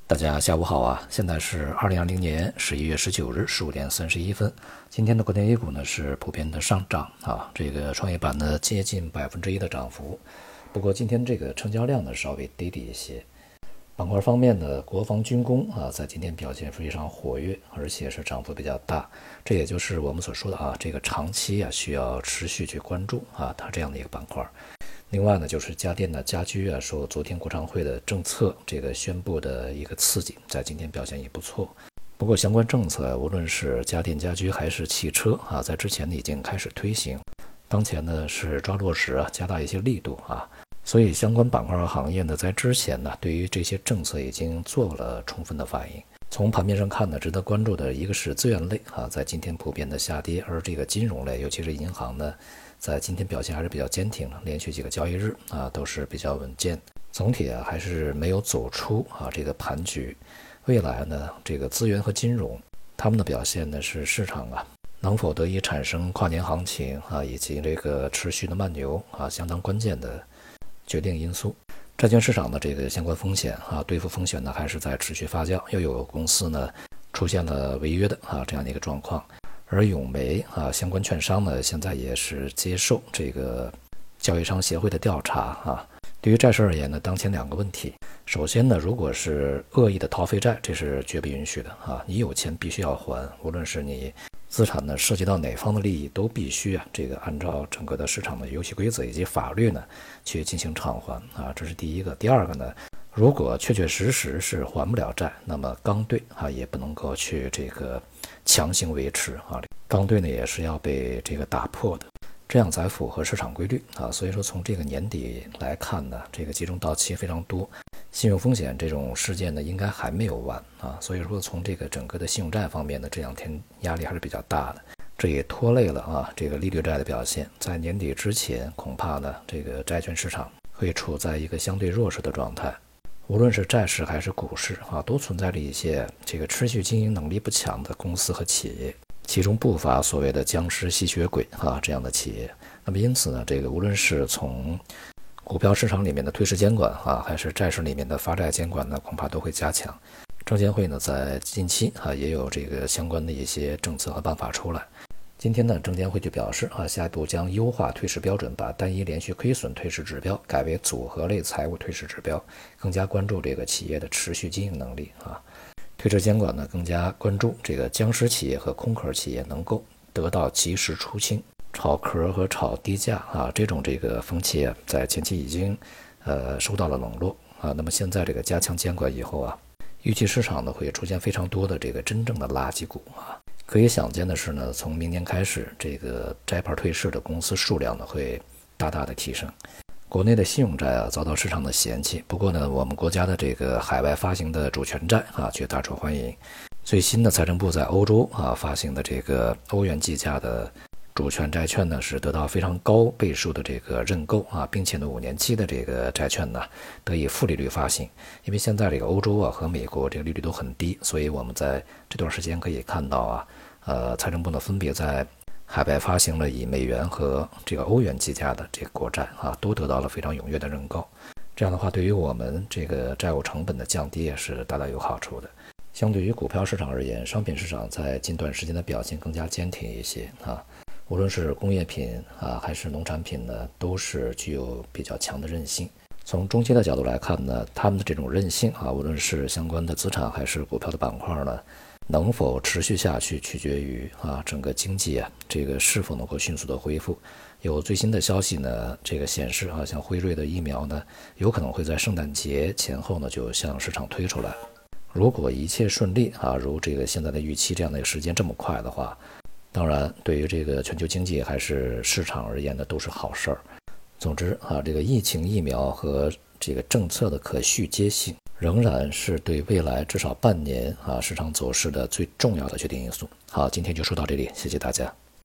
大家下午好啊！现在是2020年11月19日15点31分。今天的国内 A 股呢是普遍的上涨啊，这个创业板呢接近1%的涨幅。不过今天这个成交量呢稍微低了一些。板块方面呢，国防军工啊在今天表现非常活跃，而且是涨幅比较大。这也就是我们所说的啊，这个长期啊需要持续去关注啊它这样的一个板块。另外呢，就是家电的家居啊，受昨天国常会的政策这个宣布的一个刺激，在今天表现也不错。不过相关政策无论是家电家居还是汽车啊，在之前呢已经开始推行，当前呢是抓落实啊，加大一些力度啊，所以相关板块和行业呢，在之前呢对于这些政策已经做了充分的反应。从盘面上看呢，值得关注的一个是资源类啊，在今天普遍的下跌，而这个金融类，尤其是银行呢，在今天表现还是比较坚挺的，连续几个交易日啊都是比较稳健，总体啊还是没有走出啊这个盘局。未来呢，这个资源和金融他们的表现呢是市场啊能否得以产生跨年行情啊以及这个持续的慢牛啊相当关键的决定因素。债券市场的这个相关风险啊，兑付风险呢还是在持续发酵，又有公司呢出现了违约的啊这样的一个状况。而永煤啊相关券商呢，现在也是接受这个交易商协会的调查啊。对于债市而言呢，当前两个问题，首先呢，如果是恶意的逃废债，这是绝不允许的啊！你有钱必须要还，无论是你资产呢涉及到哪方的利益，都必须啊这个按照整个的市场的游戏规则以及法律呢去进行偿还啊，这是第一个。第二个呢，如果确确实实是还不了债，那么钢兑啊也不能够去这个强行维持啊，钢兑呢也是要被这个打破的，这样才符合市场规律啊。所以说从这个年底来看呢，这个集中到期非常多，信用风险这种事件呢应该还没有完啊。所以说从这个整个的信用债方面呢，这两天压力还是比较大的，这也拖累了啊这个利率债的表现。在年底之前，恐怕呢这个债券市场会处在一个相对弱势的状态。无论是债市还是股市啊，都存在着一些这个持续经营能力不强的公司和企业，其中不乏所谓的僵尸吸血鬼啊这样的企业。那么因此呢，这个无论是从股票市场里面的退市监管啊，还是债市里面的发债监管呢，恐怕都会加强。证监会呢在近期啊也有这个相关的一些政策和办法出来。今天呢，证监会就表示啊，下一步将优化退市标准，把单一连续亏损退市指标改为组合类财务退市指标，更加关注这个企业的持续经营能力啊。退市监管呢，更加关注这个僵尸企业和空壳企业能够得到及时出清，炒壳和炒低价啊这种这个风气啊，在前期已经受到了冷落啊。那么现在这个加强监管以后啊，预期市场呢会出现非常多的这个真正的垃圾股啊。可以想见的是呢，从明年开始，这个摘牌退市的公司数量呢会大大的提升。国内的信用债啊遭到市场的嫌弃，不过呢，我们国家的这个海外发行的主权债啊却大受欢迎。最新的财政部在欧洲啊发行的这个欧元计价的主权债券呢，是得到非常高倍数的这个认购啊，并且呢5年期的这个债券呢得以负利率发行。因为现在这个欧洲啊和美国这个利率都很低，所以我们在这段时间可以看到啊，财政部呢分别在海外发行了以美元和这个欧元计价的这个国债啊，都得到了非常踊跃的认购。这样的话，对于我们这个债务成本的降低也是大大有好处的。相对于股票市场而言，商品市场在近段时间的表现更加坚挺一些啊。无论是工业品啊，还是农产品呢，都是具有比较强的韧性。从中期的角度来看呢，他们的这种韧性啊，无论是相关的资产还是股票的板块呢，能否持续下去，取决于啊整个经济啊这个是否能够迅速的恢复。有最新的消息呢，这个显示啊，像辉瑞的疫苗呢，有可能会在圣诞节前后呢就向市场推出来。如果一切顺利啊，如这个现在的预期这样的一个时间这么快的话，当然对于这个全球经济还是市场而言呢，都是好事儿。总之啊，这个疫情疫苗和这个政策的可续接性，仍然是对未来至少半年啊市场走势的最重要的决定因素。好，今天就说到这里，谢谢大家。